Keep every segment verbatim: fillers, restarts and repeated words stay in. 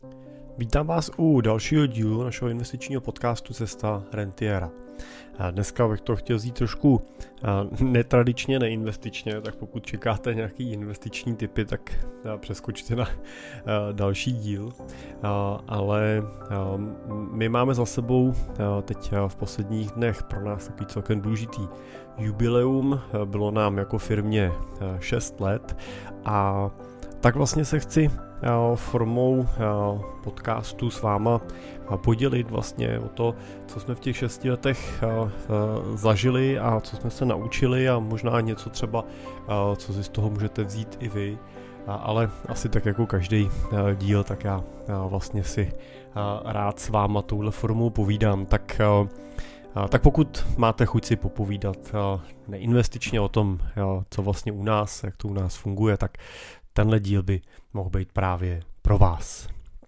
Vítám vás u dalšího dílu našeho investičního podcastu Cesta rentiera. Dneska bych to chtěl vzít trošku netradičně, neinvestičně, tak pokud čekáte nějaký investiční tipy, tak přeskočte na další díl. Ale my máme za sebou teď v posledních dnech pro nás takový celkem důležitý jubileum. Bylo nám jako firmě šest let a tak vlastně se chci formou podcastu s váma podělit vlastně o to, co jsme v těch šesti letech zažili a co jsme se naučili a možná něco třeba, co si z toho můžete vzít i vy. Ale asi tak jako každý díl, tak já vlastně si rád s váma touhle formou povídám. Tak Tak pokud máte chuť si popovídat neinvestičně o tom, co vlastně u nás, jak to u nás funguje, tak tenhle díl by mohl být právě pro vás.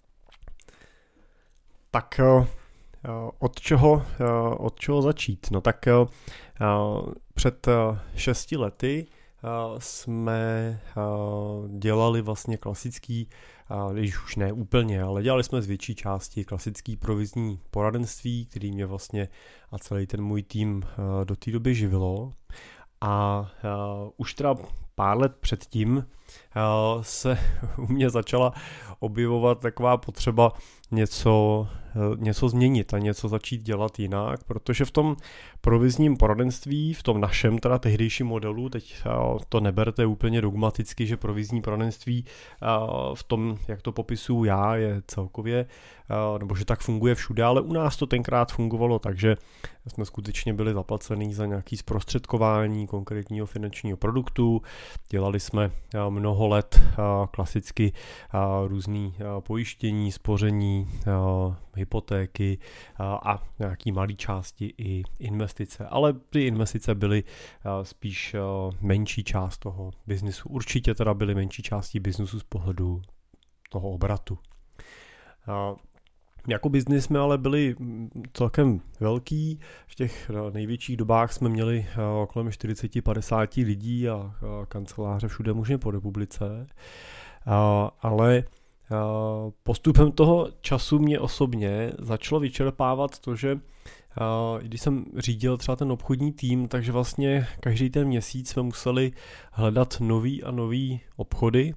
Tak od čeho, od čeho začít? No tak před šesti lety jsme dělali vlastně klasický, když už ne úplně, ale dělali jsme z větší části klasický provizní poradenství, který mě vlastně a celý ten můj tým do té doby živilo. A už teda pár let předtím se u mě začala objevovat taková potřeba něco, něco změnit a něco začít dělat jinak, protože v tom provizním poradenství, v tom našem teda tehdejším modelu, teď to neberte úplně dogmaticky, že provizní poradenství v tom, jak to popisuju já, je celkově, nebo že tak funguje všude, ale u nás to tenkrát fungovalo tak, že jsme skutečně byli zaplacení za nějaký zprostředkování konkrétního finančního produktu, dělali jsme mnoho let klasicky různý pojištění, spoření, hypotéky a nějaký malý části i investice. Ale ty investice byly spíš menší část toho biznisu. Určitě teda byly menší částí biznisu z pohledu toho obratu. Jako biznis jsme ale byli celkem velký, v těch největších dobách jsme měli kolem čtyřicet padesát lidí a kanceláře všude možně po republice, ale postupem toho času mě osobně začalo vyčerpávat to, že když jsem řídil třeba ten obchodní tým, takže vlastně každý ten měsíc jsme museli hledat nový a nový obchody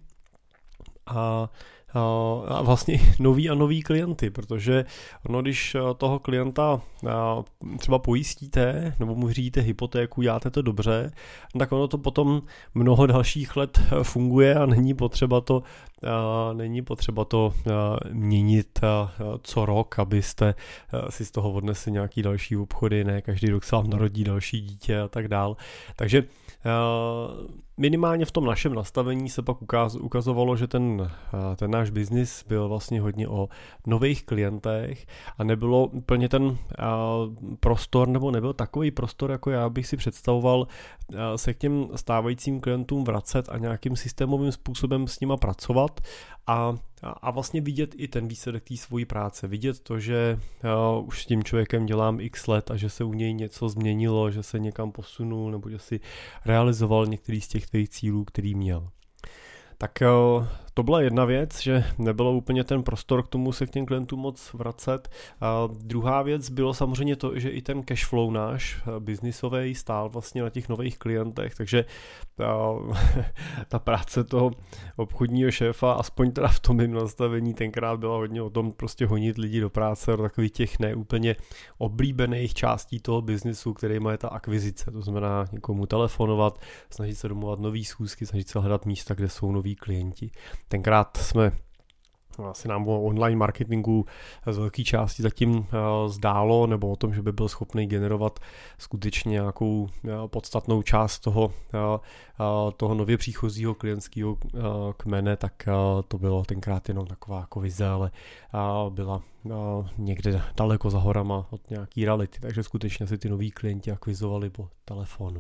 a a vlastně nový a nový klienty, protože ono, když toho klienta třeba pojistíte nebo mu řídíte hypotéku, děláte to dobře, tak ono to potom mnoho dalších let funguje a není potřeba to, není potřeba to měnit co rok, abyste si z toho odnesli nějaký další obchody, ne každý rok se vám narodí další dítě a tak dál. Takže minimálně v tom našem nastavení se pak ukazovalo, že ten, ten náš biznis byl vlastně hodně o nových klientech a nebylo úplně ten prostor, nebo nebyl takový prostor, jako já bych si představoval, se k těm stávajícím klientům vracet a nějakým systémovým způsobem s nima pracovat a A vlastně vidět i ten výsledek té svojí práce. Vidět to, že uh, už s tím člověkem dělám x let a že se u něj něco změnilo, že se někam posunul nebo že si realizoval některý z těch tvých cílů, který měl. Tak uh, to byla jedna věc, že nebylo úplně ten prostor k tomu se k těm klientům moc vracet. A druhá věc bylo samozřejmě to, že i ten cash flow náš biznisový stál vlastně na těch nových klientech, takže ta, ta práce toho obchodního šéfa, aspoň teda v tom mým nastavení, tenkrát byla hodně o tom prostě honit lidi do práce do takových těch neúplně oblíbených částí toho biznisu, kterýma je ta akvizice, to znamená někomu telefonovat, snažit se domluvat nový schůzky, snažit se hledat místa, kde jsou noví klienti. Tenkrát jsme asi nám o online marketingu z velké části zatím zdálo, nebo o tom, že by byl schopný generovat skutečně nějakou podstatnou část toho, toho nově příchozího klientského kmene, tak to bylo tenkrát jenom taková jako vize, ale byla někde daleko za horama od nějaký reality, takže skutečně si ty noví klienti akvizovali po telefonu.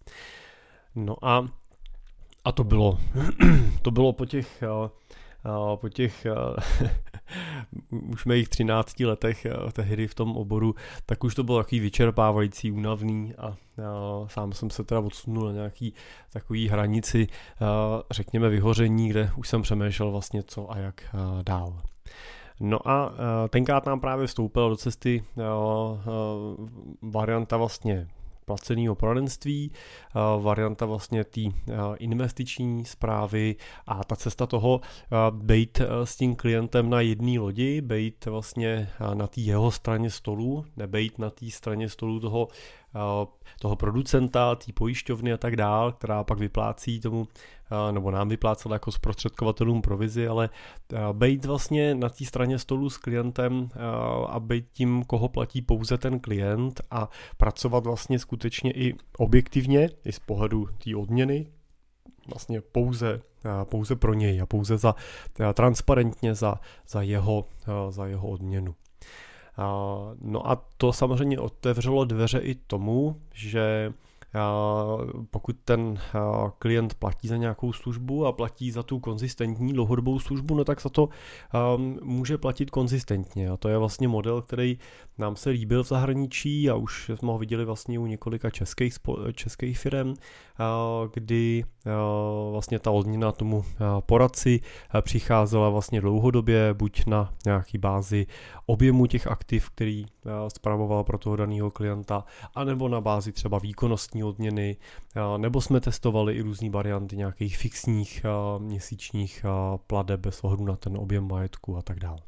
No a A to bylo, to bylo po těch, po těch už mých třinácti letech tehdy v tom oboru, tak už to bylo takový vyčerpávající, únavný a sám jsem se teda odsunul na nějaký takový hranici, řekněme vyhoření, kde už jsem přemýšlel vlastně co a jak dál. No a tenkrát nám právě vstoupila do cesty varianta vlastně placeného poradenství, varianta vlastně té investiční správy a ta cesta toho bejt s tím klientem na jedné lodi, bejt vlastně na té jeho straně stolu, nebejt na té straně stolu toho, toho producenta, té pojišťovny a tak dál, která pak vyplácí tomu, nebo nám vyplácela jako zprostředkovatelům provizi, ale bejt vlastně na té straně stolu s klientem a bejt tím, koho platí pouze ten klient a pracovat vlastně skutečně i objektivně, i z pohledu té odměny, vlastně pouze, pouze pro něj a pouze za, transparentně za, za, jeho, za jeho odměnu. No a to samozřejmě otevřelo dveře i tomu, že pokud ten klient platí za nějakou službu a platí za tu konzistentní dlouhodobou službu, no tak za to může platit konzistentně. A to je vlastně model, který nám se líbil v zahraničí a už jsme ho viděli vlastně u několika českých, českých firm, kdy vlastně ta odměna tomu poradci přicházela vlastně dlouhodobě, buď na nějaký bázi objemu těch aktiv, který spravoval pro toho daného klienta, anebo na bázi třeba výkonnostní odměny, nebo jsme testovali i různé varianty nějakých fixních měsíčních plateb bez ohledu na ten objem majetku a tak dále.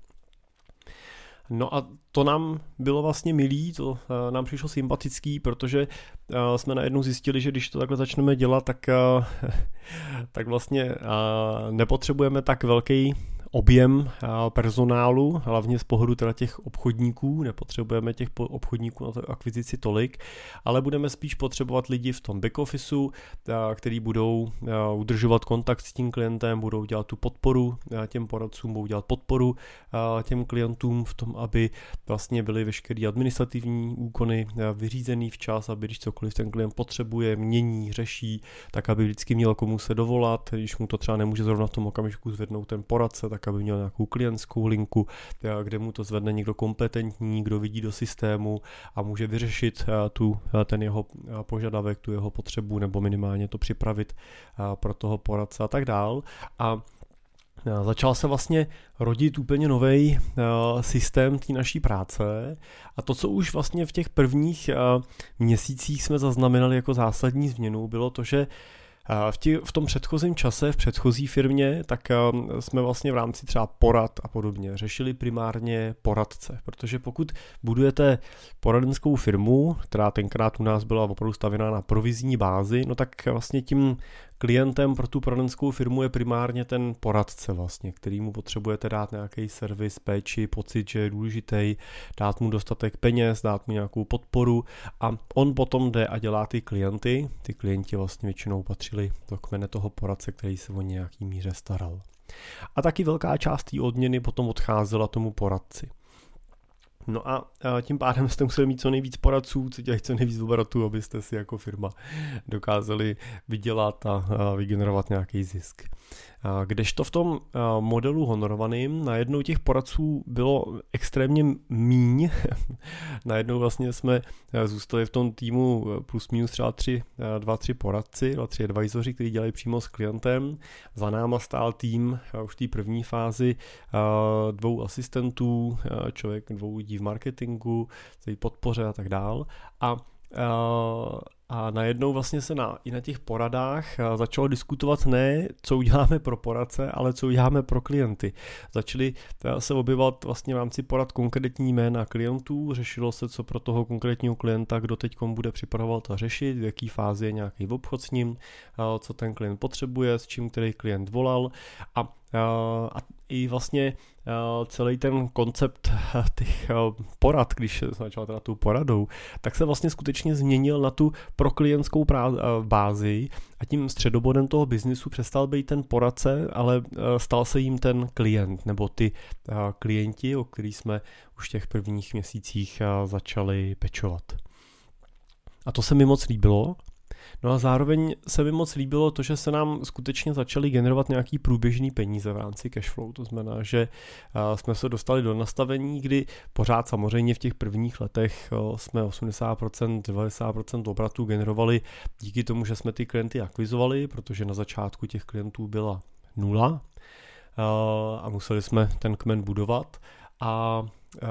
No a to nám bylo vlastně milý, to uh, nám přišlo sympatický, protože uh, jsme najednou zjistili, že když to takhle začneme dělat, tak, uh, tak vlastně uh, nepotřebujeme tak velký objem personálu, hlavně z pohledu teda těch obchodníků, nepotřebujeme těch obchodníků na to akvizici tolik, ale budeme spíš potřebovat lidi v tom back officeu, který budou udržovat kontakt s tím klientem, budou dělat tu podporu těm poradcům, budou dělat podporu těm klientům v tom, aby vlastně byly veškeré administrativní úkony vyřízený včas, aby když cokoliv ten klient potřebuje, mění, řeší, tak aby vždycky měl komu se dovolat, když mu to třeba nemůže zrovna v tom okamžiku zvednout ten poradce, tak aby měl nějakou klientskou linku, kde mu to zvedne někdo kompetentní, kdo vidí do systému a může vyřešit tu, ten jeho požadavek, tu jeho potřebu nebo minimálně to připravit pro toho poradce a tak dál. A začal se vlastně rodit úplně nový systém té naší práce a to, co už vlastně v těch prvních měsících jsme zaznamenali jako zásadní změnu, bylo to, že V, tí, v tom předchozím čase, v předchozí firmě, tak jsme vlastně v rámci třeba porad a podobně řešili primárně poradce, protože pokud budujete poradenskou firmu, která tenkrát u nás byla opravdu stavěná na provizní bázi, no tak vlastně tím klientem pro tu poradenskou firmu je primárně ten poradce vlastně, kterýmu potřebujete dát nějaký servis, péči, pocit, že je důležitý, dát mu dostatek peněz, dát mu nějakou podporu a on potom jde a dělá ty klienty. Ty klienti vlastně většinou patřili do kmene toho poradce, který se o nějaký míře staral. A taky velká část té odměny potom odcházela tomu poradci. No a tím pádem jste museli mít co nejvíc poradců, co dělají co nejvíc obratu, abyste si jako firma dokázali vydělat a vygenerovat nějaký zisk. Kdežto v tom modelu honorovaným najednou těch poradců bylo extrémně míň. Najednou vlastně jsme zůstali v tom týmu plus minus třeba tři, dva, tři poradci, dva, tři advisoři, kteří dělají přímo s klientem. Za náma stál tým už v té první fázi dvou asistentů, člověk dvou lidí v marketingu, v podpoře a tak dál. A A najednou vlastně se na, i na těch poradách začalo diskutovat ne, co uděláme pro poradce, ale co uděláme pro klienty. Začaly se objevovat vlastně v rámci porad konkrétní jména klientů, řešilo se, co pro toho konkrétního klienta, kdo teď bude připravovat a řešit, v jaký fázi je nějaký obchod s ním, co ten klient potřebuje, s čím který klient volal a a i vlastně celý ten koncept těch porad, když se začal teda tou poradou, tak se vlastně skutečně změnil na tu proklientskou bázi a tím středobodem toho biznisu přestal být ten poradce, ale stal se jim ten klient nebo ty klienti, o kterých jsme už v těch prvních měsících začali pečovat. A to se mi moc líbilo. No a zároveň se mi moc líbilo to, že se nám skutečně začaly generovat nějaký průběžný peníze v rámci cashflow. To znamená, že jsme se dostali do nastavení, kdy pořád samozřejmě v těch prvních letech jsme osmdesát procent, devadesát procent obratů generovali díky tomu, že jsme ty klienty akvizovali, protože na začátku těch klientů byla nula. a museli jsme ten kmen budovat a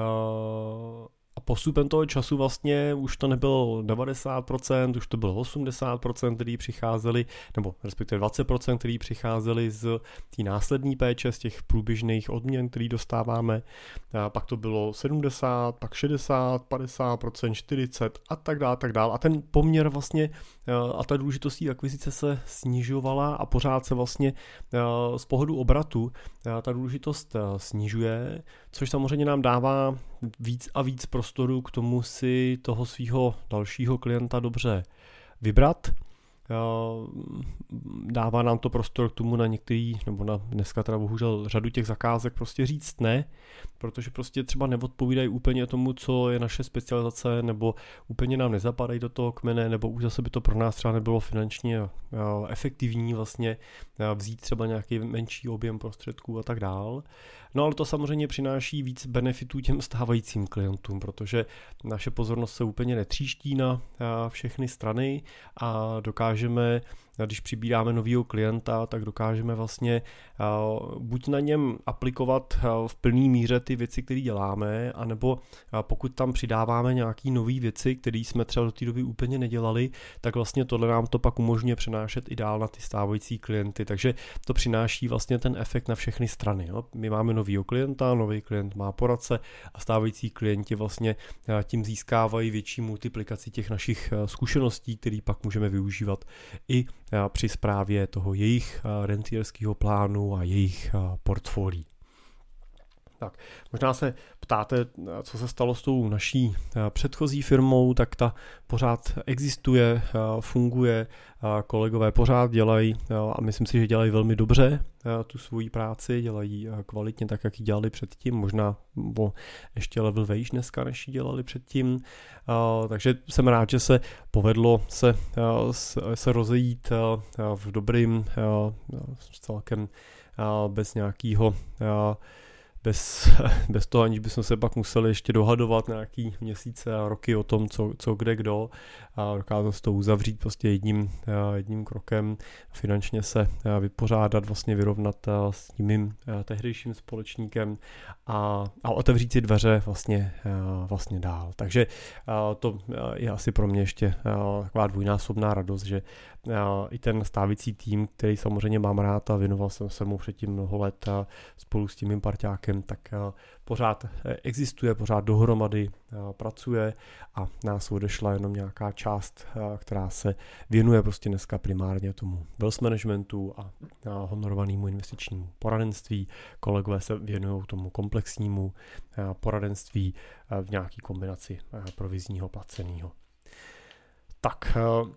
A postupem toho času vlastně už to nebylo devadesát procent, už to bylo osmdesát procent, který přicházeli, nebo respektive dvacet procent, který přicházeli z té následné péče, z těch průběžných odměn, který dostáváme. A pak to bylo sedmdesát, pak šedesát, padesát procent, čtyřicet a tak dále, tak dále. A ten poměr vlastně a ta důležitost té akvizice se snižovala a pořád se vlastně z pohledu obratu ta důležitost snižuje, což samozřejmě nám dává víc a víc prostoru k tomu si toho svého dalšího klienta dobře vybrat. Dává nám to prostor k tomu na některý, nebo na dneska teda bohužel řadu těch zakázek prostě říct ne, protože prostě třeba neodpovídají úplně tomu, co je naše specializace, nebo úplně nám nezapadají do toho kmene, nebo už zase by to pro nás třeba nebylo finančně efektivní vlastně vzít třeba nějaký menší objem prostředků a tak dál. No ale to samozřejmě přináší víc benefitů těm stávajícím klientům, protože naše pozornost se úplně netříští na všechny strany a dokážeme, když přibíráme novýho klienta, tak dokážeme vlastně buď na něm aplikovat v plné míře ty věci, které děláme, anebo pokud tam přidáváme nějaké nové věci, které jsme třeba do té doby úplně nedělali, tak vlastně tohle nám to pak umožňuje přenášet i dál na ty stávající klienty, takže to přináší vlastně ten efekt na všechny strany. Jo. My máme novýho klienta, nový klient má poradce a stávající klienti vlastně tím získávají větší multiplikaci těch našich zkušeností, které pak můžeme využívat i při správě toho jejich rentierského plánu a jejich portfolií. Tak, možná se ptáte, co se stalo s tou naší předchozí firmou, tak ta pořád existuje, funguje, kolegové pořád dělají a myslím si, že dělají velmi dobře tu svoji práci, dělají kvalitně tak, jak ji dělali předtím, možná o ještě level vejš dneska, než ji dělali předtím, takže jsem rád, že se povedlo se, se rozejít v dobrým, celkem bez nějakého Bez, bez toho, aniž bychom se pak museli ještě dohadovat nějaký měsíce a roky o tom, co, co kde kdo a dokázat se to uzavřít prostě jedním, jedním krokem, finančně se vypořádat, vlastně vyrovnat s tím tehdejším společníkem a, a otevřít si dveře vlastně, vlastně dál. Takže to je asi pro mě ještě taková dvojnásobná radost, že i ten stávající tým, který samozřejmě mám rád a věnoval jsem se mu předtím mnoho let a spolu s tím mým parťákem, tak pořád existuje, pořád dohromady pracuje a nás odešla jenom nějaká část, která se věnuje prostě dneska primárně tomu wealth managementu a honorovanému investičnímu poradenství. Kolegové se věnují tomu komplexnímu poradenství v nějaký kombinaci provizního placeného. Tak,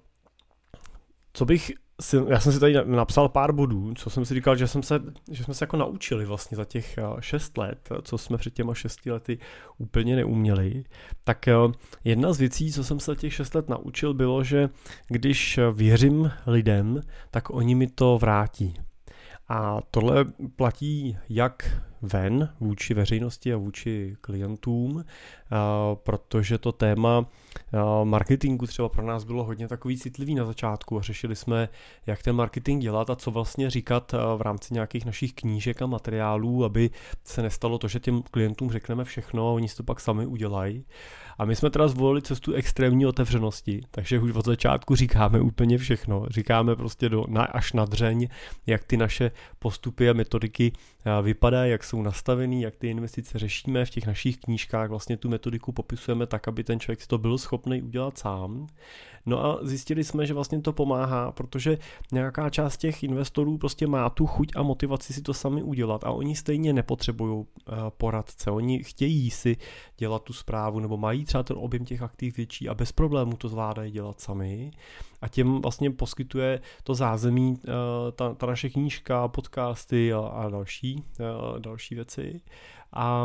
co bych si, já jsem si tady napsal pár bodů, co jsem si říkal, že, jsem se, že jsme se jako naučili vlastně za těch šest let, co jsme před těma šesti lety úplně neuměli. Tak jedna z věcí, co jsem se za těch šest let naučil, bylo, že když věřím lidem, tak oni mi to vrátí. A tohle platí jak ven, vůči veřejnosti a vůči klientům, protože to téma marketingu třeba pro nás bylo hodně takový citlivý na začátku a řešili jsme, jak ten marketing dělat a co vlastně říkat v rámci nějakých našich knížek a materiálů, aby se nestalo to, že těm klientům řekneme všechno a oni si to pak sami udělají. A my jsme teda zvolili cestu extrémní otevřenosti, takže už od začátku říkáme úplně všechno. Říkáme prostě do, na, až na dřeň, jak ty naše postupy a metodiky vypadají, jak jsou nastavený, jak ty investice řešíme. V těch našich knížkách vlastně tu metodiku popisujeme tak, aby ten člověk si to byl schopný udělat sám. No a zjistili jsme, že vlastně to pomáhá, protože nějaká část těch investorů prostě má tu chuť a motivaci si to sami udělat a oni stejně nepotřebují poradce. Oni chtějí si dělat tu správu nebo mají třeba ten objem těch aktiv větší a bez problémů to zvládají dělat sami. A těm vlastně poskytuje to zázemí ta, ta naše knížka, podcasty a, a další, a další věci. A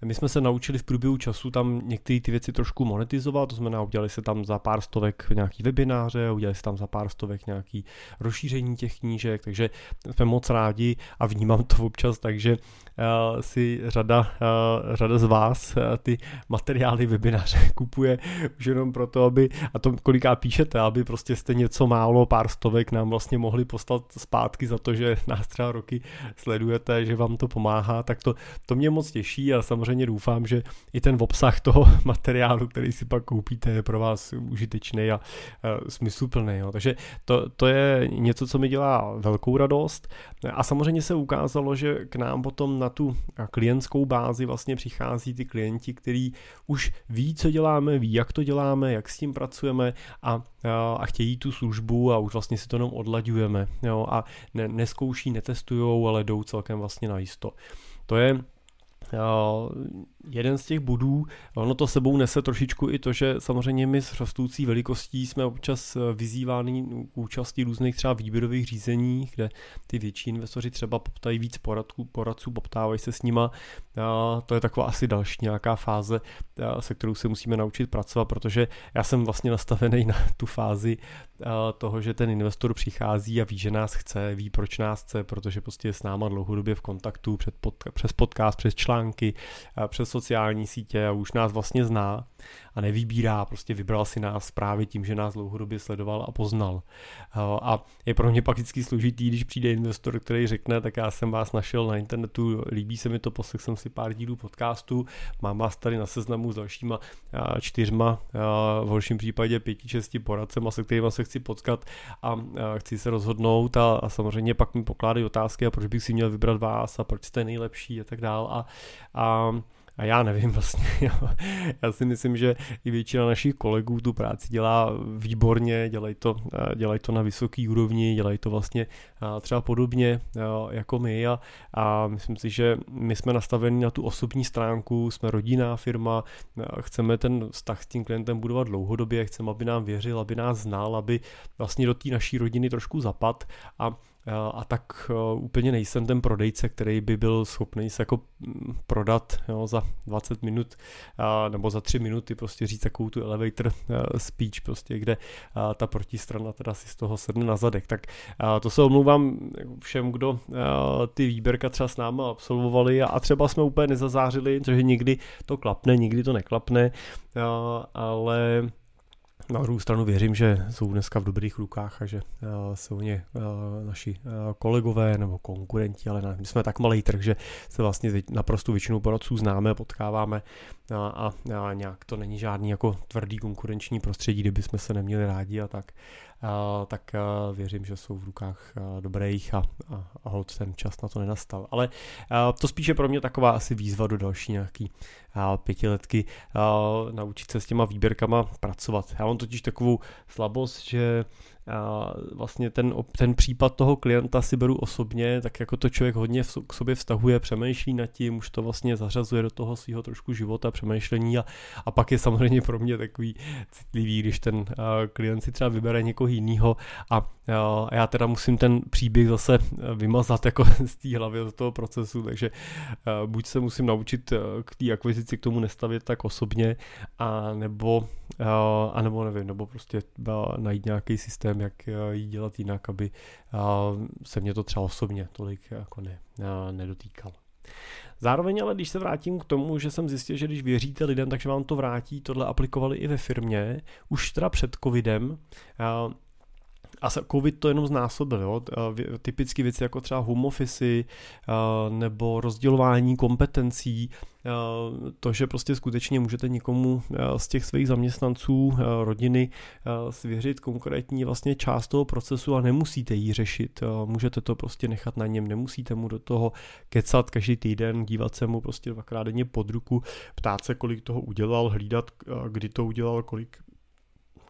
my jsme se naučili v průběhu času tam některé ty věci trošku monetizovat, to znamená, udělali se tam za pár stovek nějaký webináře, udělali se tam za pár stovek nějaký rozšíření těch knížek, takže jsme moc rádi a vnímám to občas, takže uh, si řada, uh, řada z vás uh, ty materiály webináře kupuje už jenom proto, aby, a to koliká píšete, aby prostě jste něco málo, pár stovek nám vlastně mohli poslat zpátky za to, že nás třeba roky sledujete, že vám to pomáhá, tak to, to mě moc těší a samozřejmě doufám, že i ten obsah toho materiálu, který si pak koupíte, je pro vás užitečný a uh, smysluplný. Jo. Takže to, to je něco, co mi dělá velkou radost a samozřejmě se ukázalo, že k nám potom na tu klientskou bázi vlastně přichází ty klienti, kteří už ví, co děláme, ví, jak to děláme, jak s tím pracujeme a, a chtějí tu službu a už vlastně si to jenom odlaďujeme, jo, a ne, neskouší, netestujou, ale jdou celkem vlastně najisto. To je jeden z těch bodů, ono to sebou nese trošičku i to, že samozřejmě my s rostoucí velikostí jsme občas vyzýváni k účasti různých třeba výběrových řízení, kde ty větší investoři třeba poptají víc poradků, poradců, poptávají se s nima. A to je taková asi další nějaká fáze, se kterou se musíme naučit pracovat, protože já jsem vlastně nastavený na tu fázi toho, že ten investor přichází a ví, že nás chce, ví, proč nás chce, protože prostě je s náma dlouhodobě v kontaktu před pod, přes podcast, přes články, přes sociální sítě a už nás vlastně zná a nevybírá, prostě vybral si nás právě tím, že nás dlouhodobě sledoval a poznal. A je pro mě pak vždycky složitý, když přijde investor, který řekne, tak já jsem vás našel na internetu, líbí se mi to, poslechl jsem si pár dílů podcastu, mám vás tady na seznamu s dalšíma čtyřma, v horším případě pěti, šesti poradcema, se kterýma se chci potkat a chci se rozhodnout a, a samozřejmě pak mi pokládají otázky a proč bych si měl vybrat vás a proč jste nejlepší a tak dál a, a A já nevím vlastně, jo. Já si myslím, že i většina našich kolegů tu práci dělá výborně, dělají to, dělají to na vysoký úrovni, dělají to vlastně třeba podobně jako my a, a myslím si, že my jsme nastaveni na tu osobní stránku, jsme rodinná firma, chceme ten vztah s tím klientem budovat dlouhodobě, chceme, aby nám věřil, aby nás znal, aby vlastně do té naší rodiny trošku zapad a A tak úplně nejsem ten prodejce, který by byl schopný se jako prodat, jo, za dvacet minut nebo za tři minuty prostě říct takovou tu elevator speech, prostě, kde ta protistrana teda si z toho sedne na zadek. Tak to se omlouvám všem, kdo ty výběrka třeba s náma absolvovali a třeba jsme úplně nezazářili, protože někdy to klapne, někdy to neklapne, ale na druhou stranu věřím, že jsou dneska v dobrých rukách a že uh, jsou ně uh, naši uh, kolegové nebo konkurenti, ale ne, my jsme tak malý trh, že se vlastně naprosto většinou poradců známe, potkáváme a, a, a nějak to není žádný jako tvrdý konkurenční prostředí, kdyby jsme se neměli rádi a tak, uh, tak uh, věřím, že jsou v rukách uh, dobrých a, a, a hod ten čas na to nenastal. Ale uh, to spíše pro mě taková asi výzva do další nějaký uh, pětiletky uh, naučit se s těma výběrkama pracovat. Já mám totiž takovou slabost, že a vlastně ten, ten případ toho klienta si beru osobně, tak jako to člověk hodně k sobě vztahuje, přemýšlí nad tím, už to vlastně zařazuje do toho svého trošku života, přemýšlení a, a pak je samozřejmě pro mě takový citlivý, když ten uh, klient si třeba vybere někoho jiného a, uh, a já teda musím ten příběh zase vymazat jako z té hlavy, z toho procesu, takže uh, buď se musím naučit uh, k té akvizici k tomu nestavět tak osobně, a nebo, uh, a nebo nevím, nebo prostě uh, najít nějaký systém, jak jí dělat jinak, aby se mě to třeba osobně tolik jako ne, nedotýkalo. Zároveň ale, když se vrátím k tomu, že jsem zjistil, že když věříte lidem, takže vám to vrátí, tohle aplikovali i ve firmě, už teda před covidem, a covid to jenom znásobil, jo? Typicky věci jako třeba home office nebo rozdělování kompetencí, to, že prostě skutečně můžete někomu z těch svých zaměstnanců, rodiny svěřit konkrétní vlastně část toho procesu a nemusíte ji řešit. Můžete to prostě nechat na něm, nemusíte mu do toho kecat každý týden, dívat se mu prostě dvakrát denně pod ruku, ptát se, kolik toho udělal, hlídat, kdy to udělal, kolik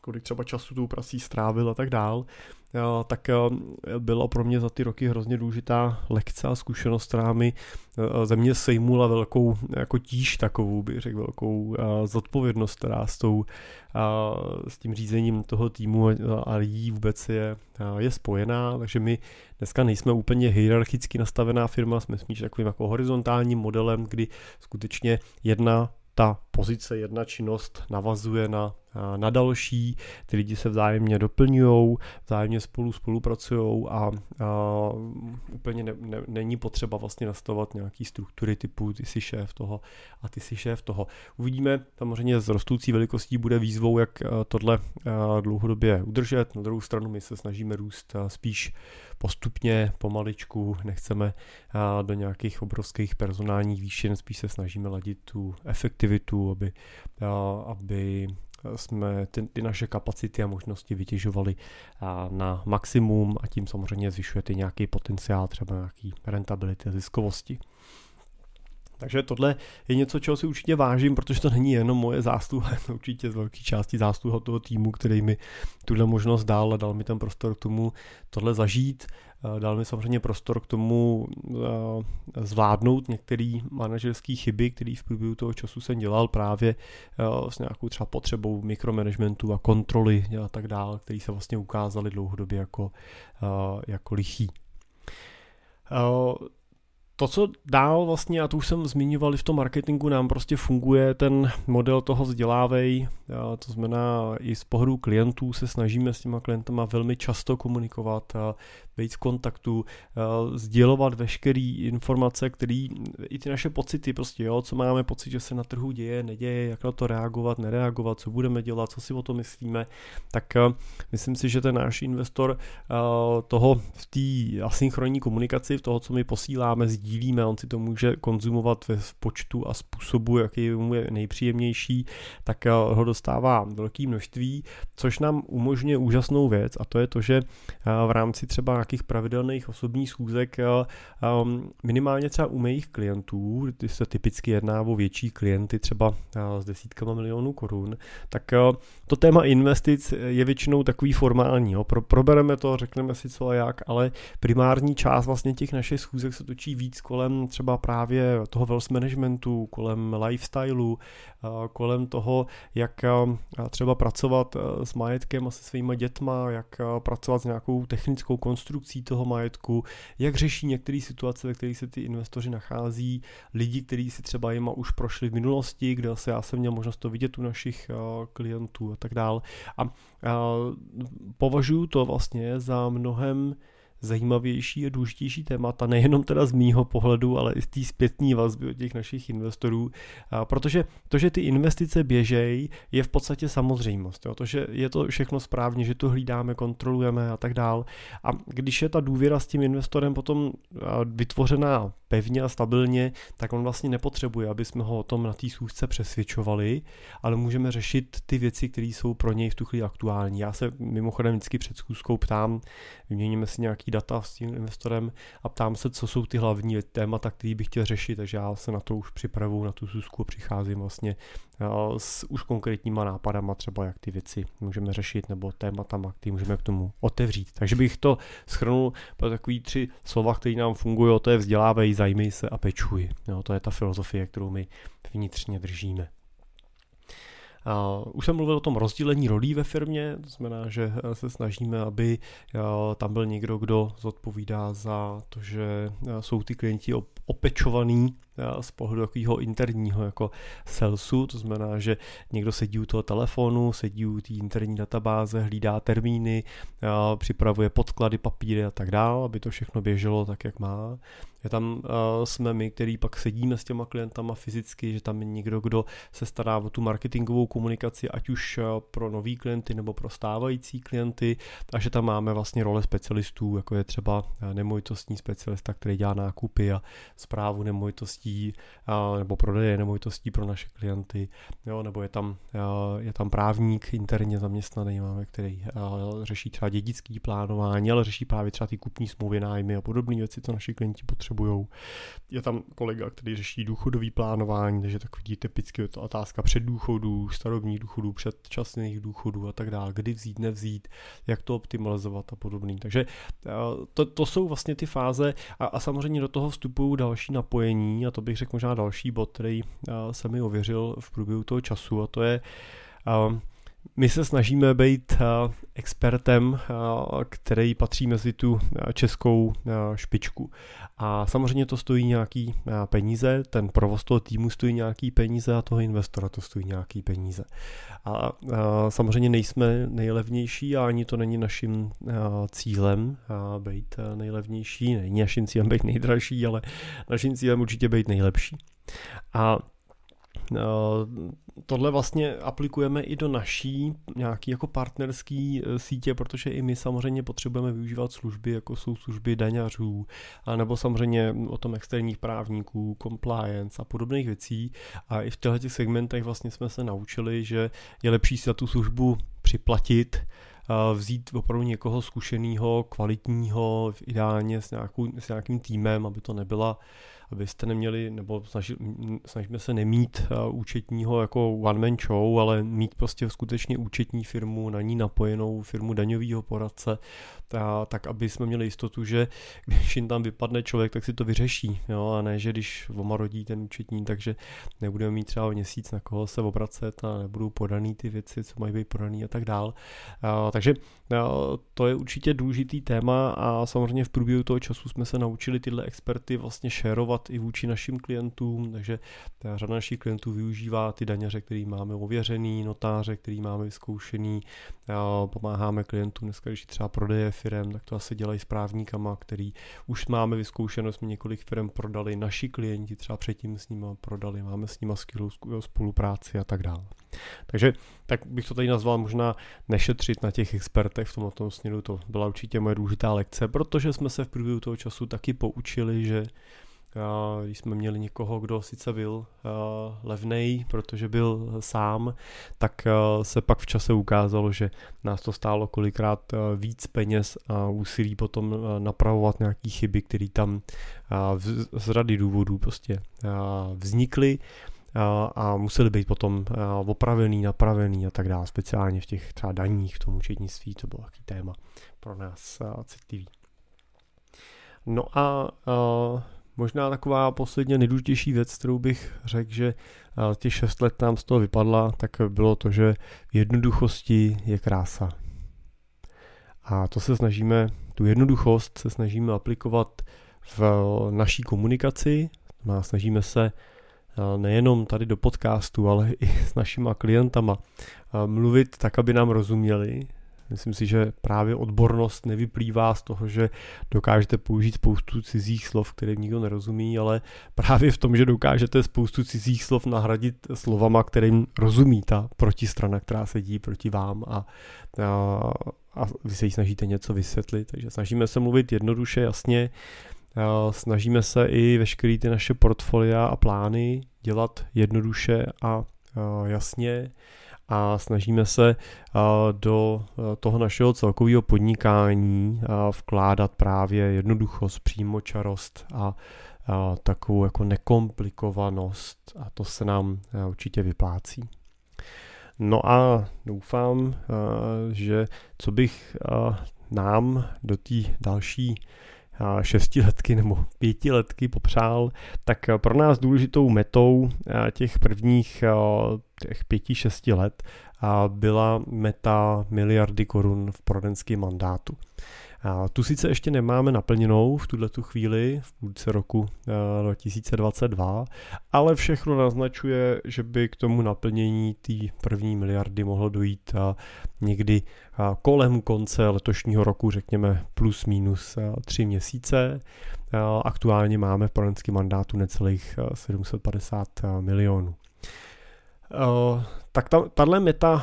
kolik třeba času tou prací strávil a tak dál, tak byla pro mě za ty roky hrozně důležitá lekce a zkušenost, která mi ze mě sejmula velkou jako tíž takovou, bych řekl, velkou zodpovědnost, která s, tou, s tím řízením toho týmu a lidí vůbec je, je spojená, takže my dneska nejsme úplně hierarchicky nastavená firma, jsme spíš takovým jako horizontálním modelem, kdy skutečně jedna ta pozice, jedna činnost navazuje na, na další, ty lidi se vzájemně doplňují, vzájemně spolu spolupracují a, a úplně ne, ne, není potřeba vlastně nastavovat nějaký struktury typu ty jsi šéf toho a ty jsi šéf toho. Uvidíme, samozřejmě s rostoucí velikostí bude výzvou, jak tohle dlouhodobě udržet. Na druhou stranu my se snažíme růst spíš postupně, pomaličku, nechceme do nějakých obrovských personálních výšin, spíš se snažíme ladit tu efektivitu, aby, aby jsme ty, ty naše kapacity a možnosti vytěžovali na maximum a tím samozřejmě zvyšujete nějaký potenciál, třeba nějaký rentability a ziskovosti. Takže tohle je něco, čeho si určitě vážím, protože to není jenom moje zásluha, je to určitě z velké části zásluha toho týmu, který mi tuhle možnost dal a dal mi ten prostor k tomu tohle zažít. Dal mi samozřejmě prostor k tomu zvládnout některé manažerské chyby, které v průběhu toho času jsem dělal právě s nějakou třeba potřebou mikromanagementu a kontroly a tak dále, které se vlastně ukázaly dlouhodobě jako, jako lichý. To, co dál vlastně, a to už jsem zmiňoval i v tom marketingu, nám prostě funguje ten model toho vzdělávej, to znamená i z pohledu klientů se snažíme s těma klientama velmi často komunikovat, být v kontaktu, sdělovat veškeré informace, které i ty naše pocity prostě, jo, co máme pocit, že se na trhu děje, neděje, jak na to reagovat, nereagovat, co budeme dělat, co si o tom myslíme, tak myslím si, že ten náš investor toho v té asynchronní komunikaci, v toho, co my posíláme, sdílíme, on si to může konzumovat ve počtu a způsobu, jaký mu je nejpříjemnější, tak ho dostává velké množství, což nám umožňuje úžasnou věc a to je to, že v rámci třeba nějakých pravidelných osobních schůzek minimálně třeba u mých klientů, když se typicky jedná o větší klienty třeba s desítkama milionů korun, tak to téma investic je většinou takový formální. Jo. Pro, probereme to, řekneme si co a jak, ale primární část vlastně těch našich schůzek se točí víc kolem třeba právě toho wealth managementu, kolem lifestylu, kolem toho, jak třeba pracovat s majetkem a se svýma dětma, jak pracovat s nějakou technickou konstrukcí toho majetku, jak řeší některé situace, ve kterých se ty investoři nachází, lidi, kteří si třeba jima už prošli v minulosti, kde se já jsem měl možnost to vidět u našich klientů a tak dál. A považuji to vlastně za mnohem zajímavější a důležitější témata, nejenom teda z mýho pohledu, ale i z té zpětné vazby od těch našich investorů, protože to, že ty investice běžejí, je v podstatě samozřejmost. Jo? To, že je to všechno správně, že to hlídáme, kontrolujeme a tak dál. A když je ta důvěra s tím investorem potom vytvořená pevně a stabilně, tak on vlastně nepotřebuje, aby jsme ho o tom na té schůzce přesvědčovali, ale můžeme řešit ty věci, které jsou pro něj v tu chvíli aktuální. Já se mimochodem vždycky před schůzkou ptám, vyměníme si nějaký data s tím investorem a ptám se, co jsou ty hlavní témata, které bych chtěl řešit, takže já se na to už připravuju, na tu schůzku přicházím vlastně s už konkrétníma nápadama, třeba jak ty věci můžeme řešit, nebo tématama, které můžeme k tomu otevřít. Takže bych to shrnul pro takový tři slova, které nám fungují, to je vzdělávej, zajmej se a pečuj. Jo, to je ta filozofie, kterou my vnitřně držíme. Uh, už jsem mluvil o tom rozdělení rolí ve firmě, to znamená, že se snažíme, aby uh, tam byl někdo, kdo zodpovídá za to, že uh, jsou ty klienti op- opečovaný uh, z pohledu takového interního jako salesu, to znamená, že někdo sedí u toho telefonu, sedí u té interní databáze, hlídá termíny, uh, připravuje podklady, papíry a tak dále, aby to všechno běželo tak, jak má. Je tam uh, jsme my, který pak sedíme s těma klientama fyzicky, že tam je někdo, kdo se stará o tu marketingovou komunikaci, ať už uh, pro nový klienty nebo pro stávající klienty, a že tam máme vlastně role specialistů, jako je třeba nemovitostní specialista, který dělá nákupy a správu nemovitostí nemovitostí nebo prodeje nemovitostí pro naše klienty, jo, nebo je tam, je tam právník interně zaměstnaný, máme, který řeší třeba dědický plánování, ale řeší právě třeba ty kupní smlouvy, nájmy a podobné věci, co naši klienti potřebují. Je tam kolega, který řeší důchodový plánování, takže tak vidíte typicky je to otázka předdůchodů, starobních důchodů, předčasných důchodů a tak dále, kdy vzít, nevzít, jak to optimalizovat a podobný. Takže to, to jsou vlastně ty fáze a, a samozřejmě do toho vstupují další napojení a to bych řekl možná další bod, který se mi ověřil v průběhu toho času a to je my se snažíme být expertem, který patří mezi tu českou špičku. A samozřejmě to stojí nějaký peníze, ten provoz toho týmu stojí nějaký peníze a toho investora to stojí nějaký peníze. A samozřejmě nejsme nejlevnější a ani to není naším cílem být nejlevnější, není naším cílem být nejdražší, ale naším cílem určitě být nejlepší. A tohle vlastně aplikujeme i do naší nějaký jako partnerský sítě, protože i my samozřejmě potřebujeme využívat služby, jako jsou služby daňařů, nebo samozřejmě o tom externích právníků, compliance a podobných věcí. A i v těchto segmentech vlastně jsme se naučili, že je lepší si za tu službu připlatit, vzít opravdu někoho zkušeného, kvalitního, ideálně s, nějakou, s nějakým týmem, aby to nebyla abyste neměli, nebo snaži, snažíme se nemít uh, účetního jako one-man show, ale mít prostě skutečně účetní firmu, na ní napojenou firmu daňového poradce, ta, tak aby jsme měli jistotu, že když jim tam vypadne člověk, tak si to vyřeší, jo, a ne, že když omarodí ten účetní, takže nebudeme mít třeba měsíc na koho se obracet a nebudou podaný ty věci, co mají být podaný a tak dál. Uh, takže uh, to je určitě důležitý téma a samozřejmě v průběhu toho času jsme se naučili tyhle experty vlastně šerovat i vůči našim klientům, takže řada našich klientů využívá ty daňaře, který máme ověřený, notáře, který máme vyzkoušený, pomáháme klientům dneska, když třeba prodeje firem, tak to asi dělají s právníkama, který už máme vyzkoušeno, jsme několik firem prodali, naši klienti třeba předtím s nimi prodali, máme s nimi skvělou spolupráci a tak dále. Takže tak bych to tady nazval možná nešetřit na těch expertech v tomto směru, to byla určitě moje důležitá lekce, protože jsme se v průběhu toho času taky poučili, že když jsme měli někoho, kdo sice byl levnej, protože byl sám, tak se pak v čase ukázalo, že nás to stálo kolikrát víc peněz a úsilí potom napravovat nějaké chyby, které tam z řady důvodů prostě vznikly a museli být potom opravený, napravený a tak dále, speciálně v těch třeba daních, v tom účetnictví, to bylo takový téma pro nás citlivý. No a možná taková posledně nejdůležitější věc, kterou bych řekl, že těch šest let nám z toho vypadla, tak bylo to, že v jednoduchosti je krása. A to se snažíme, tu jednoduchost se snažíme aplikovat v naší komunikaci, a snažíme se nejenom tady do podcastu, ale i s našima klientama mluvit tak, aby nám rozuměli. Myslím si, že právě odbornost nevyplývá z toho, že dokážete použít spoustu cizích slov, kterým nikdo nerozumí, ale právě v tom, že dokážete spoustu cizích slov nahradit slovama, kterým rozumí ta protistrana, která sedí proti vám a, a, a vy se jí snažíte něco vysvětlit. Takže snažíme se mluvit jednoduše, jasně, a snažíme se i veškeré ty naše portfolia a plány dělat jednoduše a, a jasně. A snažíme se do toho našeho celkového podnikání vkládat právě jednoduchost, přímočarost a takovou jako nekomplikovanost a to se nám určitě vyplácí. No a doufám, že co bych nám do té další šestiletky nebo pětiletky popřál, tak pro nás důležitou metou těch prvních těch pěti, šesti let byla meta miliardy korun v poradenském mandátu. Tu sice ještě nemáme naplněnou v tuhletu chvíli, v půlce roku dva tisíce dvacet dva, ale všechno naznačuje, že by k tomu naplnění té první miliardy mohlo dojít někdy kolem konce letošního roku, řekněme plus minus tři měsíce. Aktuálně máme v poradenském mandátu necelých sedm set padesát milionů. Tak ta, tahle meta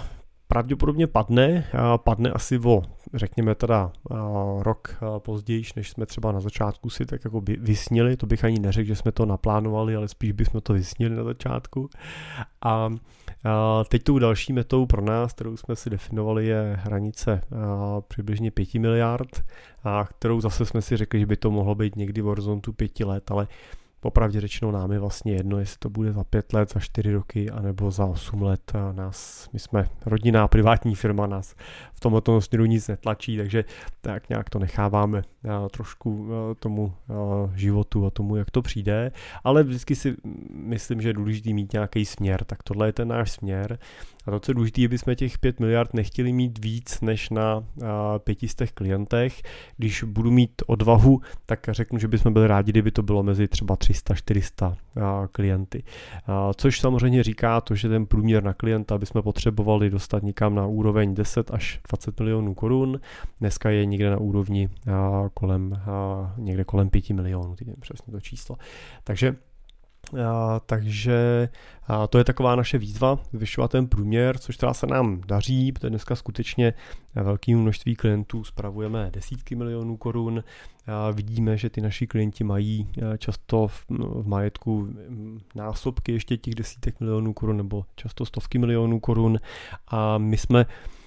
pravděpodobně padne, padne asi o, řekněme teda rok později, než jsme třeba na začátku si tak jako vysnili, to bych ani neřekl, že jsme to naplánovali, ale spíš bychom to vysnili na začátku. A teď tou další metou pro nás, kterou jsme si definovali, je hranice přibližně pěti miliard, a kterou zase jsme si řekli, že by to mohlo být někdy v horizontu pěti let, ale popravdě řečeno nám je vlastně jedno, jestli to bude za pět let, za čtyři roky, anebo za osm let. A nás, my jsme rodinná privátní firma, nás v tomto směru nic netlačí, takže tak nějak to necháváme trošku tomu životu a tomu, jak to přijde. Ale vždycky si myslím, že je důležité mít nějaký směr, tak tohle je ten náš směr. A to, co je důležité, bychom těch pět miliard nechtěli mít víc než na pětistech klientech. Když budu mít odvahu, tak řeknu, že bychom byli rádi, kdyby to bylo mezi třeba tři sta čtyři sta klienty. Což samozřejmě říká to, že ten průměr na klienta bychom potřebovali dostat někam na úroveň deset až dvacet milionů korun. Dneska je někde na úrovni kolem, někde kolem pěti milionů, teď nevím přesně to číslo. Takže Uh, takže uh, to je taková naše výzva, zvyšovat ten průměr, což teda se nám daří, protože dneska skutečně velké množství klientů spravujeme desítky milionů korun. Uh, vidíme, že ty naši klienti mají uh, často v, v majetku násobky ještě těch desítek milionů korun nebo často stovky milionů korun, a my jsme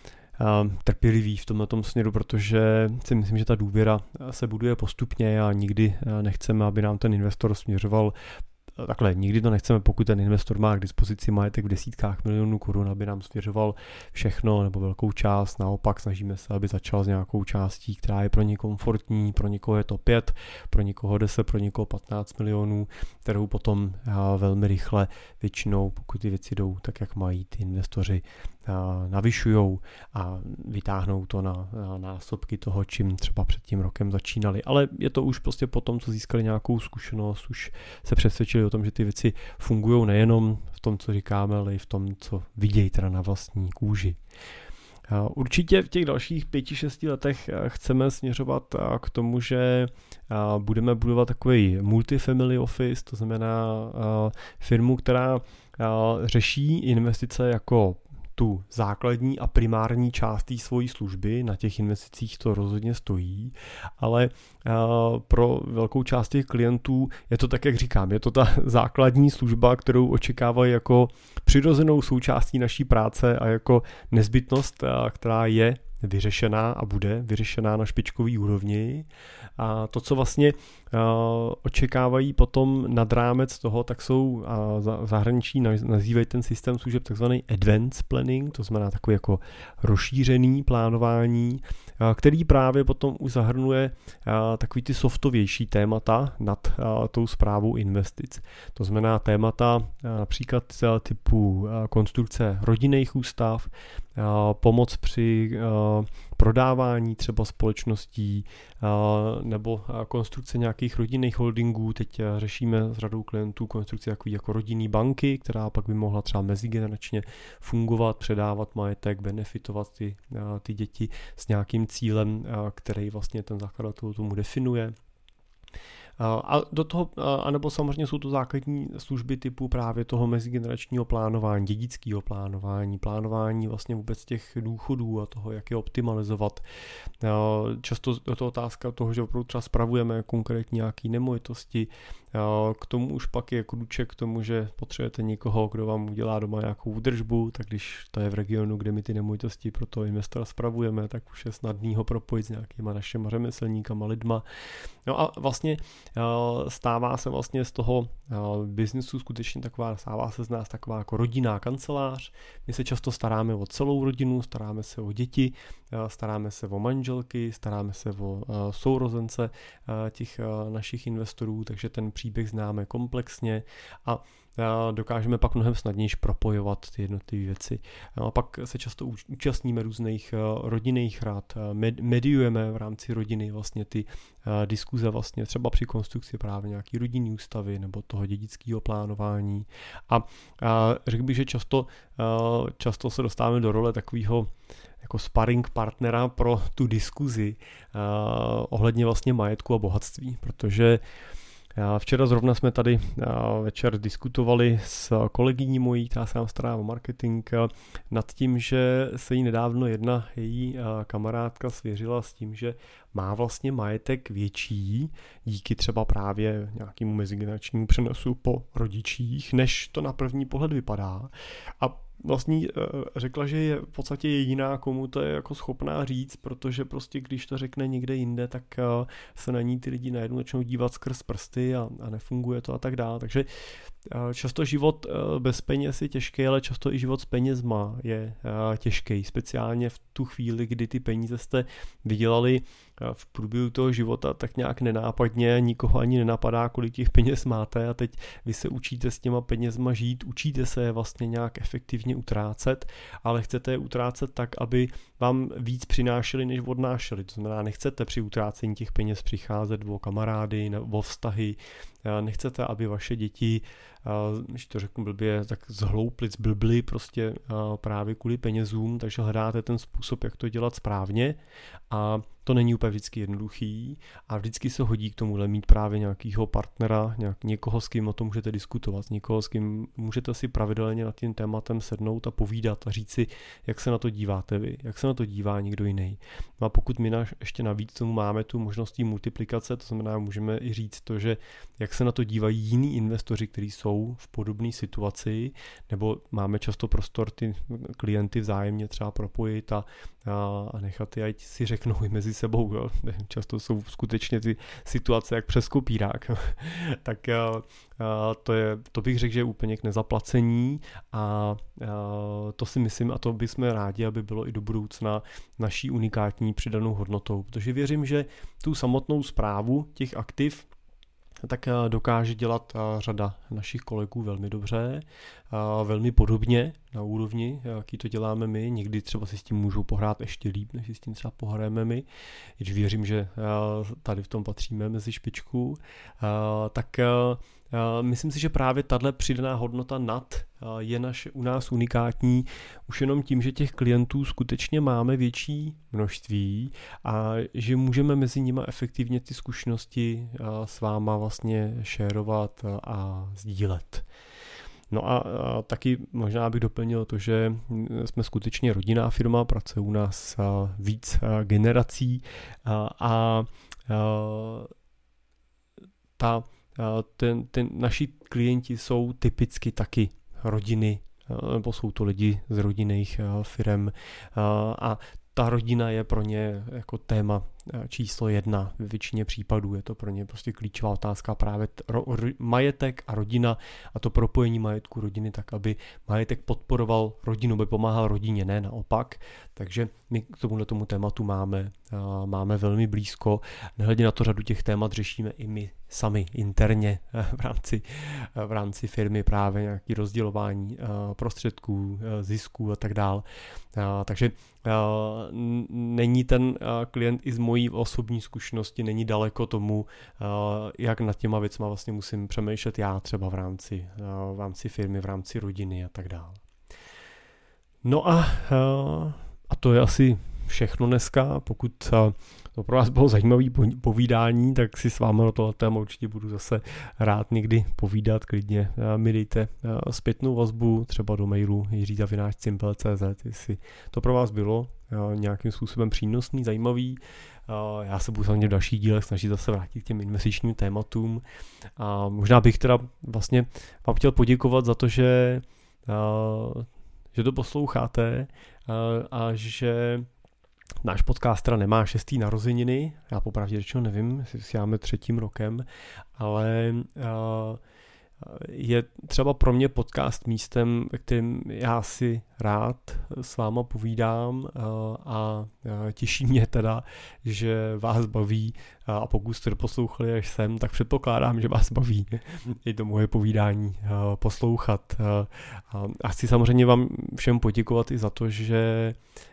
trpěliví v tomto směru, protože si myslím, že ta důvěra se buduje postupně a nikdy nechceme, aby nám ten investor směřoval takhle, nikdy to nechceme, pokud ten investor má k dispozici majetek v desítkách milionů korun, aby nám svěřoval všechno nebo velkou část. Naopak snažíme se, aby začal s nějakou částí, která je pro ně komfortní, pro někoho je to pět, pro někoho deset, pro někoho patnáct milionů, kterou potom velmi rychle většinou, pokud ty věci jdou tak, jak mají, ty investoři navyšujou a vytáhnou to na, na násobky toho, čím třeba před tím rokem začínali. Ale je to už prostě po tom, co získali nějakou zkušenost, už se přesvědčili o tom, že ty věci fungují nejenom v tom, co říkáme, ale i v tom, co vidějí teda na vlastní kůži. Určitě v těch dalších pěti, šesti letech chceme směřovat k tomu, že budeme budovat takový multifamily office, to znamená firmu, která řeší investice jako tu základní a primární část té svojí služby, na těch investicích to rozhodně stojí, ale pro velkou část těch klientů je to tak, jak říkám, je to ta základní služba, kterou očekávají jako přirozenou součástí naší práce a jako nezbytnost, která je vyřešená a bude vyřešená na špičkový úrovni. A to, co vlastně uh, očekávají potom nad rámec toho, tak jsou uh, zahraničí nazývají ten systém služeb takzvaný advanced planning, to znamená takový jako rozšířený plánování, uh, který právě potom už zahrnuje uh, takový ty softovější témata nad uh, tou správou investic. To znamená témata uh, například typu uh, konstrukce rodinných ústav, uh, pomoc při uh, prodávání třeba společností nebo konstrukce nějakých rodinných holdingů. Teď řešíme s řadou klientů konstrukci takový jako rodinný banky, která pak by mohla třeba mezigeneračně fungovat, předávat majetek, benefitovat ty, ty děti s nějakým cílem, který vlastně ten zakladatel tomu definuje. A do toho, anebo samozřejmě jsou to základní služby typu právě toho mezigeneračního plánování, dědického plánování, plánování vlastně vůbec těch důchodů a toho, jak je optimalizovat. Často je to otázka toho, že opravdu třeba spravujeme konkrétně nějaké nemovitosti. K tomu už pak je krůček k tomu, že potřebujete někoho, kdo vám udělá doma nějakou údržbu, tak když to je v regionu, kde my ty nemovitosti pro toho investora spravujeme, tak už je snadný ho propojit s nějakýma našimi řemeslníkama, lidma. No a vlastně stává se vlastně z toho biznesu skutečně taková, stává se z nás taková jako rodinná kancelář. My se často staráme o celou rodinu, staráme se o děti, staráme se o manželky, staráme se o sourozence těch našich investorů, takže ten příběh známe komplexně a dokážeme pak mnohem snadněji propojovat ty jednotlivé věci. A pak se často účastníme různých rodinných rad, mediujeme v rámci rodiny vlastně ty diskuze vlastně třeba při konstrukci právě nějaký rodinný ústavy nebo toho dědického plánování. A řekl bych, že často, často se dostáváme do role takového jako sparring partnera pro tu diskuzi ohledně vlastně majetku a bohatství, protože Včera zrovna jsme tady večer diskutovali s kolegyní mojí, která se nám stará o marketing, nad tím, že se jí nedávno jedna její kamarádka svěřila s tím, že má vlastně majetek větší díky třeba právě nějakému mezigeneračnímu přenosu po rodičích, než to na první pohled vypadá. A vlastně řekla, že je v podstatě jediná, komu to je jako schopná říct, protože prostě když to řekne někde jinde, tak se na ní ty lidi najednou začnou dívat skrz prsty a, a nefunguje to a tak dále. Takže často život bez peněz je těžký, ale často i život s penězma je těžký, speciálně v tu chvíli, kdy ty peníze jste vydělali v průběhu toho života tak nějak nenápadně, nikoho ani nenapadá, kolik těch peněz máte a teď vy se učíte s těma penězma žít, učíte se je vlastně nějak efektivně utrácet, ale chcete je utrácet tak, aby vám víc přinášeli, než odnášeli. To znamená, nechcete při utrácení těch peněz přicházet o kamarády, o vztahy, nechcete, aby vaše děti, když to řeknu blbě, tak zhloupli, zblbli prostě právě kvůli penězům, takže hledáte ten způsob, jak to dělat správně a to není úplně vždycky jednoduchý a vždycky se hodí k tomuhle mít právě nějakého partnera, nějak, někoho, s kým o tom můžete diskutovat, někoho, s kým můžete si pravidelně nad tím tématem sednout a povídat a říct si, jak se na to díváte vy, jak se na to dívá někdo jiný. No a pokud my naš, ještě navíc tomu máme tu možnost multiplikace, to znamená, můžeme i říct to, že jak se na to dívají jiní investoři, kteří jsou v podobné situaci, nebo máme často prostor ty klienty vzájemně třeba propojit a, a, a nechat je, ať si řeknou i mezi sebou. Jo. Často jsou skutečně ty situace jak přes kopírák. Tak a, a to, je, to bych řekl, že je úplně k nezaplacení a, a to si myslím a to bychom rádi, aby bylo i do budoucna naší unikátní přidanou hodnotou, protože věřím, že tu samotnou správu těch aktiv tak dokáže dělat řada našich kolegů velmi dobře, velmi podobně na úrovni, jaký to děláme my. Někdy třeba si s tím můžou pohrát ještě líp, než si s tím třeba pohrajeme my. Když věřím, že tady v tom patříme mezi špičku, tak myslím si, že právě tahle přidaná hodnota nad je naše, u nás unikátní už jenom tím, že těch klientů skutečně máme větší množství a že můžeme mezi nimi efektivně ty zkušenosti s váma vlastně šérovat a sdílet. No a, a taky možná bych doplnil to, že jsme skutečně rodinná firma, pracuje u nás víc generací a, a ta Ten, ten, naši klienti jsou typicky taky rodiny, nebo jsou to lidi z rodinných firem a ta rodina je pro ně jako téma číslo jedna ve většině případů. Je to pro ně prostě klíčová otázka právě ro, ro, majetek a rodina a to propojení majetku rodiny tak, aby majetek podporoval rodinu, aby pomáhal rodině, ne naopak. Takže my k tomuhle tomu tématu máme, máme velmi blízko. Nehledě na to řadu těch témat řešíme i my sami interně v rámci, v rámci firmy právě nějaké rozdělování prostředků, zisků a tak dál. Takže není ten klient i z mojí osobní zkušenosti, není daleko tomu, jak nad těma věcma vlastně musím přemýšlet já třeba v rámci, v rámci firmy, v rámci rodiny a tak dále. No a, a to je asi všechno dneska. Pokud to pro vás bylo zajímavé povídání, tak si s vámi o tohle téma určitě budu zase rád někdy povídat. Klidně mi dejte zpětnou vazbu, třeba do mailu jiří zavináč cimple tečka cz, jestli to pro vás bylo nějakým způsobem přínosný, zajímavý. Já se budu samozřejmě v dalších dílech snažit zase vrátit k těm investičním tématům. A možná bych teda vlastně vám chtěl poděkovat za to, že, že to posloucháte a že náš podcast teda nemá šestý narozeniny, já popravdě řečeno nevím, jestli si máme třetím rokem, ale uh, je třeba pro mě podcast místem, ve kterém já si rád s váma povídám uh, a těší mě teda, že vás baví a pokud jste poslouchali až sem, tak předpokládám, že vás baví i to moje povídání uh, poslouchat. Uh, a chci samozřejmě vám všem poděkovat i za to, že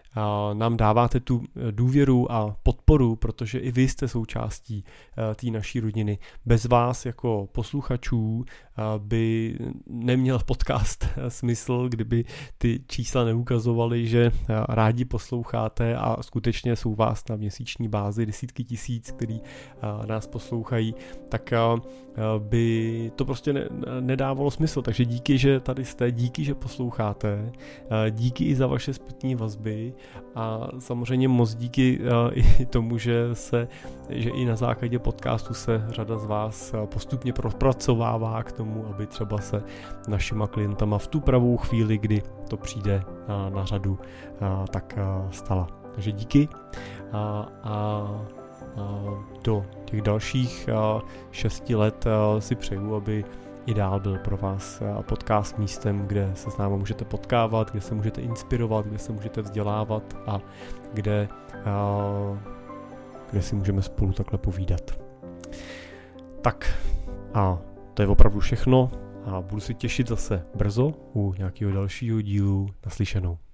nám dáváte tu důvěru a podporu, protože i vy jste součástí té naší rodiny. Bez vás jako posluchačů by neměl podcast smysl, kdyby ty čísla neukazovaly, že rádi posloucháte a skutečně jsou vás na měsíční bázi desítky tisíc, který nás poslouchají, tak by to prostě ne, nedávalo smysl. Takže díky, že tady jste, díky, že posloucháte, díky i za vaše zpětné vazby a samozřejmě moc díky i tomu, že se, že i na základě podcastu se řada z vás postupně propracovává k tomu, aby třeba se našima klientama v tu pravou chvíli, kdy to přijde na řadu, tak stala. Takže díky a, a do těch dalších šesti let si přeju, aby i dál byl pro vás podcast místem, kde se s námi můžete potkávat, kde se můžete inspirovat, kde se můžete vzdělávat a kde, kde si můžeme spolu takhle povídat. Tak a to je opravdu všechno a budu se těšit zase brzo u nějakého dalšího dílu. Naslyšenou.